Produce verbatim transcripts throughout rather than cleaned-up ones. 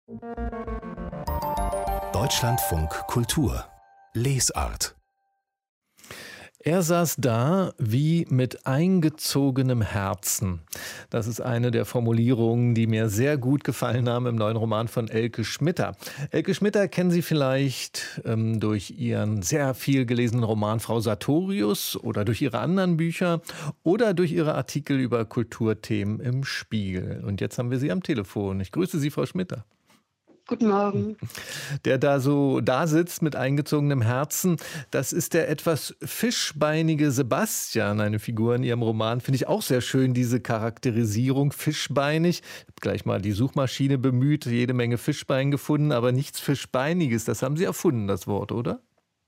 Deutschlandfunk Kultur Lesart. Er saß da wie mit eingezogenem Herzen. Das ist eine der Formulierungen, die mir sehr gut gefallen haben im neuen Roman von Elke Schmitter. Elke Schmitter kennen Sie vielleicht ähm, durch ihren sehr viel gelesenen Roman Frau Sartorius oder durch ihre anderen Bücher oder durch ihre Artikel über Kulturthemen im Spiegel. Und jetzt haben wir sie am Telefon. Ich grüße Sie, Frau Schmitter. Guten Morgen. Der da so da sitzt mit eingezogenem Herzen, das ist der etwas fischbeinige Sebastian, eine Figur in Ihrem Roman. Finde ich auch sehr schön, diese Charakterisierung, fischbeinig. Ich habe gleich mal die Suchmaschine bemüht, jede Menge Fischbein gefunden, aber nichts Fischbeiniges. Das haben Sie erfunden, das Wort, oder?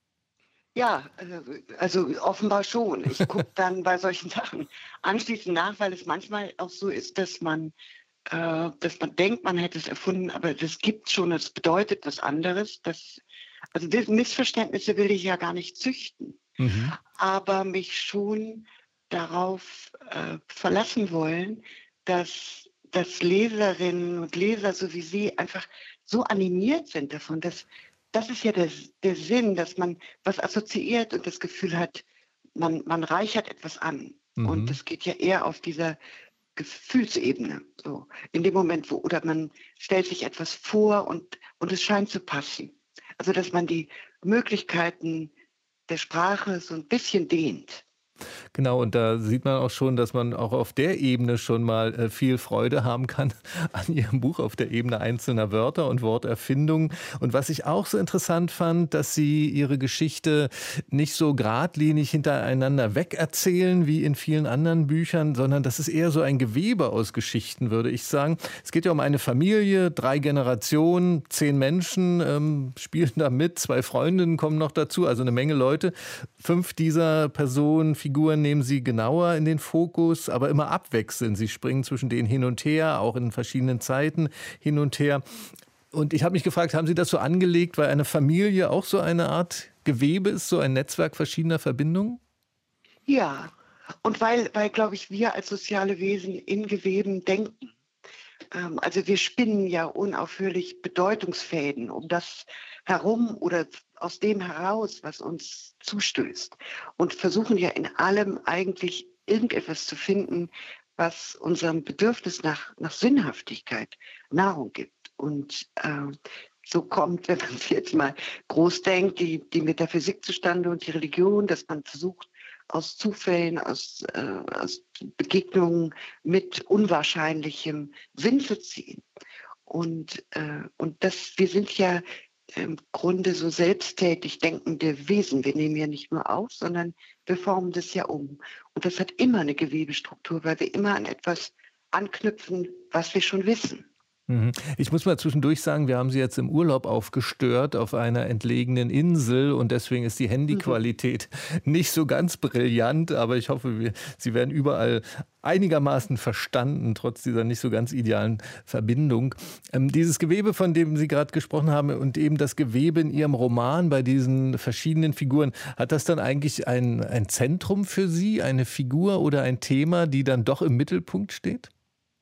Ja, also offenbar schon. Ich gucke dann bei solchen Sachen anschließend nach, weil es manchmal auch so ist, dass man dass man denkt, man hätte es erfunden, aber das gibt schon, es bedeutet was anderes. Das, also diese Missverständnisse will ich ja gar nicht züchten, mhm. aber mich schon darauf äh, verlassen wollen, dass, dass Leserinnen und Leser, so wie Sie, einfach so animiert sind davon. Dass, das ist ja der, der Sinn, dass man was assoziiert und das Gefühl hat, man, man reichert etwas an. Mhm. Und das geht ja eher auf dieser Gefühlsebene, so in dem Moment, wo, oder man stellt sich etwas vor und, und es scheint zu passen. Also, dass man die Möglichkeiten der Sprache so ein bisschen dehnt. Genau, und da sieht man auch schon, dass man auch auf der Ebene schon mal äh, viel Freude haben kann an Ihrem Buch, auf der Ebene einzelner Wörter und Worterfindungen. Und was ich auch so interessant fand, dass Sie Ihre Geschichte nicht so geradlinig hintereinander wegerzählen wie in vielen anderen Büchern, sondern das ist eher so ein Gewebe aus Geschichten, würde ich sagen. Es geht ja um eine Familie, drei Generationen, zehn Menschen ähm, spielen da mit, zwei Freundinnen kommen noch dazu, also eine Menge Leute. Fünf dieser Personen, Figuren nehmen Sie genauer in den Fokus, aber immer abwechselnd. Sie springen zwischen denen hin und her, auch in verschiedenen Zeiten hin und her. Und ich habe mich gefragt, haben Sie das so angelegt, weil eine Familie auch so eine Art Gewebe ist, so ein Netzwerk verschiedener Verbindungen? Ja, und weil, weil glaube ich, wir als soziale Wesen in Geweben denken. Ähm, also wir spinnen ja unaufhörlich Bedeutungsfäden um das herum oder aus dem heraus, was uns zustößt. Und versuchen ja in allem eigentlich irgendetwas zu finden, was unserem Bedürfnis nach, nach Sinnhaftigkeit Nahrung gibt. Und äh, so kommt, wenn man es jetzt mal groß denkt, die, die Metaphysik zustande und die Religion, dass man versucht, aus Zufällen, aus, äh, aus Begegnungen mit unwahrscheinlichem Sinn zu ziehen. Und, äh, und das, wir sind ja im Grunde so selbsttätig denkende Wesen. Wir nehmen ja nicht nur auf, sondern wir formen das ja um. Und das hat immer eine Gewebestruktur, weil wir immer an etwas anknüpfen, was wir schon wissen. Ich muss mal zwischendurch sagen, wir haben Sie jetzt im Urlaub aufgestört auf einer entlegenen Insel und deswegen ist die Handyqualität mhm. nicht so ganz brillant, aber ich hoffe, wir, Sie werden überall einigermaßen verstanden, trotz dieser nicht so ganz idealen Verbindung. Ähm, dieses Gewebe, von dem Sie gerade gesprochen haben und eben das Gewebe in Ihrem Roman bei diesen verschiedenen Figuren, hat das dann eigentlich ein, ein Zentrum für Sie, eine Figur oder ein Thema, die dann doch im Mittelpunkt steht?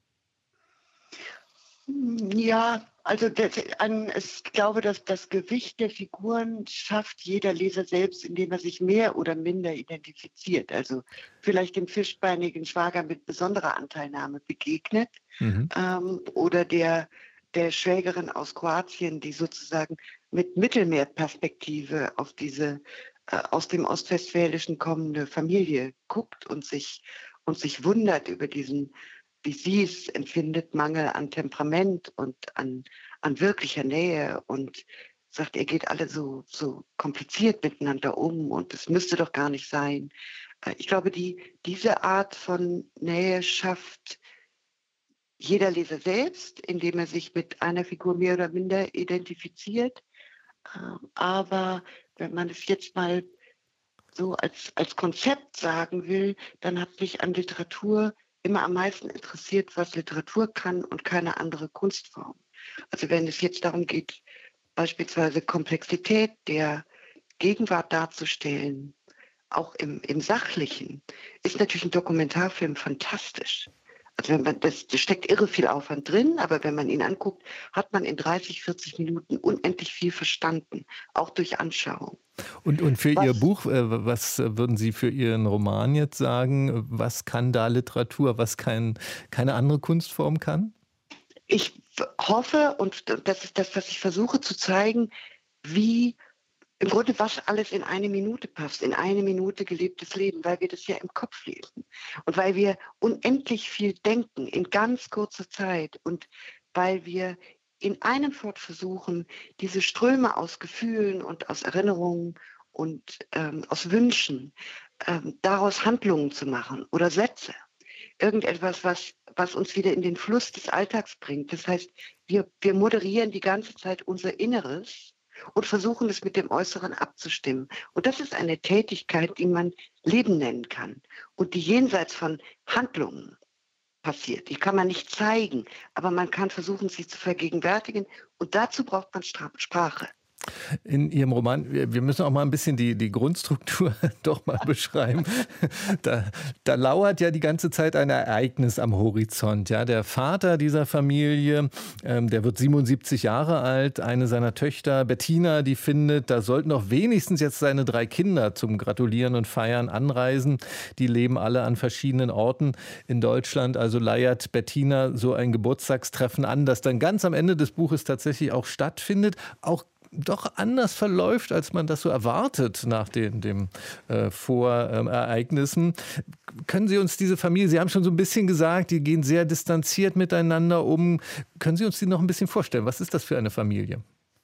Ja, also das, an, ich glaube, dass das Gewicht der Figuren schafft jeder Leser selbst, indem er sich mehr oder minder identifiziert. Also vielleicht dem fischbeinigen Schwager mit besonderer Anteilnahme begegnet mhm. ähm, oder der, der Schwägerin aus Kroatien, die sozusagen mit Mittelmeerperspektive auf diese äh, aus dem Ostwestfälischen kommende Familie guckt und sich, und sich wundert über diesen, wie sie es empfindet, Mangel an Temperament und an, an wirklicher Nähe und sagt, ihr geht alle so, so kompliziert miteinander um und es müsste doch gar nicht sein. Ich glaube, die, diese Art von Nähe schafft jeder Leser selbst, indem er sich mit einer Figur mehr oder minder identifiziert. Aber wenn man es jetzt mal so als, als Konzept sagen will, dann hat mich an Literatur immer am meisten interessiert, was Literatur kann und keine andere Kunstform. Also wenn es jetzt darum geht, beispielsweise Komplexität der Gegenwart darzustellen, auch im, im Sachlichen, ist natürlich ein Dokumentarfilm fantastisch. Also wenn man das, da steckt irre viel Aufwand drin, aber wenn man ihn anguckt, hat man in dreißig, vierzig Minuten unendlich viel verstanden, auch durch Anschauung. Und, und für Ihr Was Buch, äh, was würden Sie für Ihren Roman jetzt sagen? Was kann da Literatur, was kein, keine andere Kunstform kann? ich hoffe, und das ist das, was ich versuche zu zeigen, wie im Grunde was alles in eine Minute passt, in eine Minute gelebtes Leben, weil wir das ja im Kopf leben und weil wir unendlich viel denken in ganz kurzer Zeit und weil wir in einem Fort versuchen, diese Ströme aus Gefühlen und aus Erinnerungen und ähm, aus Wünschen, ähm, daraus Handlungen zu machen oder Sätze. Irgendetwas, was, was uns wieder in den Fluss des Alltags bringt. Das heißt, wir, wir moderieren die ganze Zeit unser Inneres und versuchen es mit dem Äußeren abzustimmen. Und das ist eine Tätigkeit, die man Leben nennen kann und die jenseits von Handlungen passiert. Die kann man nicht zeigen, aber man kann versuchen, sie zu vergegenwärtigen. Und dazu braucht man Stra- Sprache. In Ihrem Roman, wir wir müssen auch mal ein bisschen die, die Grundstruktur doch mal beschreiben. Da, da lauert ja die ganze Zeit ein Ereignis am Horizont. Ja, der Vater dieser Familie, ähm, der wird siebenundsiebzig Jahre alt. Eine seiner Töchter, Bettina, die findet, da sollten doch wenigstens jetzt seine drei Kinder zum Gratulieren und Feiern anreisen. Die leben alle an verschiedenen Orten in Deutschland. Also leiert Bettina so ein Geburtstagstreffen an, das dann ganz am Ende des Buches tatsächlich auch stattfindet. Auch doch anders verläuft, als man das so erwartet nach den dem, äh, Vorereignissen. Können Sie uns diese Familie, Sie haben schon so ein bisschen gesagt, die gehen sehr distanziert miteinander um. Können Sie uns die noch ein bisschen vorstellen? Was ist das für eine Familie?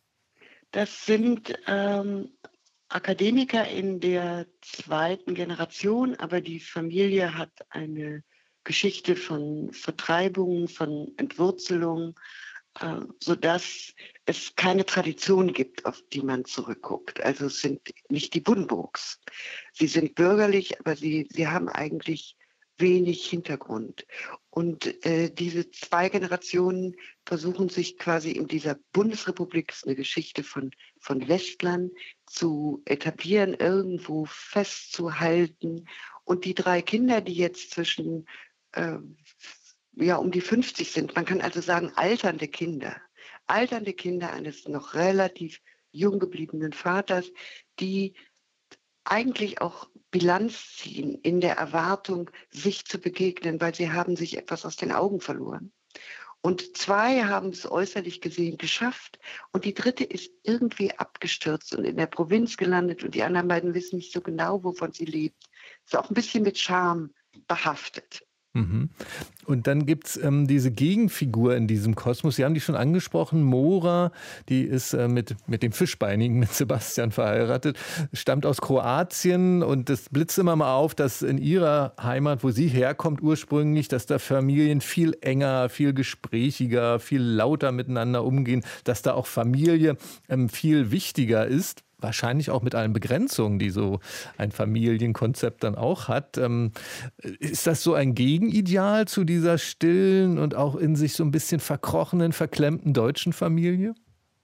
Das sind ähm, Akademiker in der zweiten Generation, aber die Familie hat eine Geschichte von Vertreibung, von Entwurzelung, äh, sodass es keine Tradition gibt, auf die man zurückguckt. Also es sind nicht die Buddenbrooks. Sie sind bürgerlich, aber sie, sie haben eigentlich wenig Hintergrund. Und äh, diese zwei Generationen versuchen sich quasi in dieser Bundesrepublik, das ist eine Geschichte von, von Westlern, zu etablieren, irgendwo festzuhalten. Und die drei Kinder, die jetzt zwischen äh, ja, um die fünfzig sind, man kann also sagen, alternde Kinder, alternde Kinder eines noch relativ jung gebliebenen Vaters, die eigentlich auch Bilanz ziehen in der Erwartung, sich zu begegnen, weil sie haben sich etwas aus den Augen verloren. Und zwei haben es äußerlich gesehen geschafft und die dritte ist irgendwie abgestürzt und in der Provinz gelandet und die anderen beiden wissen nicht so genau, wovon sie lebt. Ist auch ein bisschen mit Scham behaftet. Mhm. Und dann gibt es ähm, diese Gegenfigur in diesem Kosmos. Sie haben die schon angesprochen, Mora, die ist äh, mit, mit dem Fischbeinigen, mit Sebastian verheiratet, stammt aus Kroatien und es blitzt immer mal auf, dass in ihrer Heimat, wo sie herkommt ursprünglich, dass da Familien viel enger, viel gesprächiger, viel lauter miteinander umgehen, dass da auch Familie ähm, viel wichtiger ist. Wahrscheinlich auch mit allen Begrenzungen, die so ein Familienkonzept dann auch hat. Ähm, ist das so ein Gegenideal zu dieser stillen und auch in sich so ein bisschen verkrochenen, verklemmten deutschen Familie?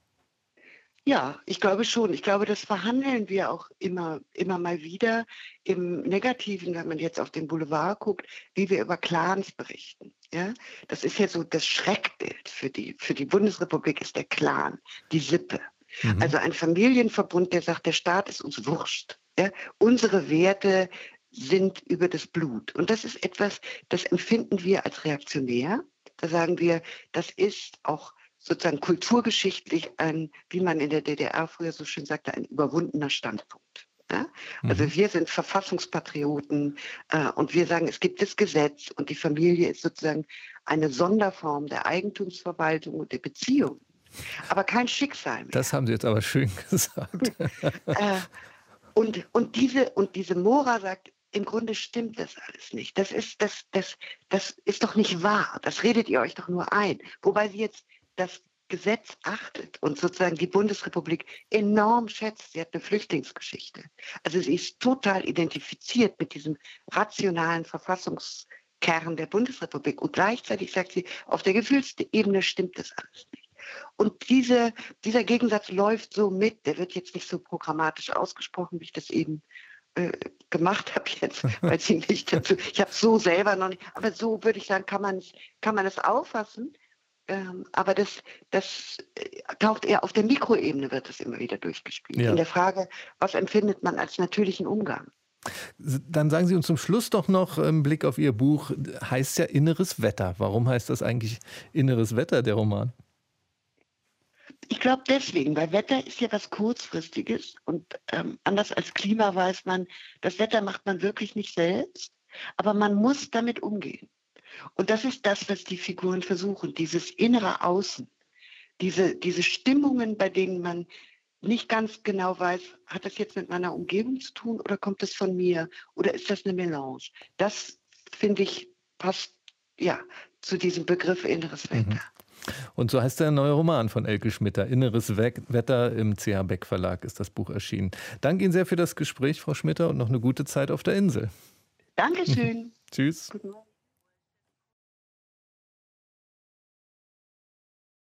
Ja, ich glaube schon. Ich glaube, das verhandeln wir auch immer, immer mal wieder im Negativen, wenn man jetzt auf den Boulevard guckt, wie wir über Clans berichten. Ja, das ist ja so das Schreckbild für die, für die Bundesrepublik ist der Clan, die Sippe. Mhm. Also ein Familienverbund, der sagt, der Staat ist uns wurscht. Ja? Unsere Werte sind über das Blut. Und das ist etwas, das empfinden wir als reaktionär. Da sagen wir, das ist auch sozusagen kulturgeschichtlich ein, wie man in der D D R früher so schön sagte, ein überwundener Standpunkt. Ja? Also Mhm. wir sind Verfassungspatrioten äh, und wir sagen, es gibt das Gesetz und die Familie ist sozusagen eine Sonderform der Eigentumsverwaltung und der Beziehung. Aber kein Schicksal mehr. Das haben Sie jetzt aber schön gesagt. Äh, und, und, diese, und diese Mora sagt, im Grunde stimmt das alles nicht. Das ist, das, das, das ist doch nicht wahr. Das redet ihr euch doch nur ein. Wobei sie jetzt das Gesetz achtet und sozusagen die Bundesrepublik enorm schätzt. Sie hat eine Flüchtlingsgeschichte. Also sie ist total identifiziert mit diesem rationalen Verfassungskern der Bundesrepublik. Und gleichzeitig sagt sie, auf der Gefühlsebene stimmt das alles nicht. Und diese, dieser Gegensatz läuft so mit, der wird jetzt nicht so programmatisch ausgesprochen, wie ich das eben äh, gemacht habe jetzt, weil sie nicht dazu, ich habe so selber noch nicht, aber so würde ich sagen, kann man es kann man es auffassen. Ähm, aber das, das äh, taucht eher auf der Mikroebene, wird es immer wieder durchgespielt. Ja. In der Frage, was empfindet man als natürlichen Umgang? Dann sagen Sie uns zum Schluss doch noch im Blick auf Ihr Buch, heißt ja Inneres Wetter. Warum heißt das eigentlich Inneres Wetter, der Roman? Ich glaube deswegen, weil Wetter ist ja was Kurzfristiges und ähm, anders als Klima weiß man, das Wetter macht man wirklich nicht selbst, aber man muss damit umgehen. Und das ist das, was die Figuren versuchen, dieses innere Außen, diese, diese Stimmungen, bei denen man nicht ganz genau weiß, hat das jetzt mit meiner Umgebung zu tun oder kommt das von mir oder ist das eine Melange? Das, finde ich, passt ja zu diesem Begriff inneres Wetter. Mhm. Und so heißt der neue Roman von Elke Schmitter. Inneres Wetter, im C H. Beck Verlag ist das Buch erschienen. Danke Ihnen sehr für das Gespräch, Frau Schmitter, und noch eine gute Zeit auf der Insel. Dankeschön. Tschüss. Guten Morgen.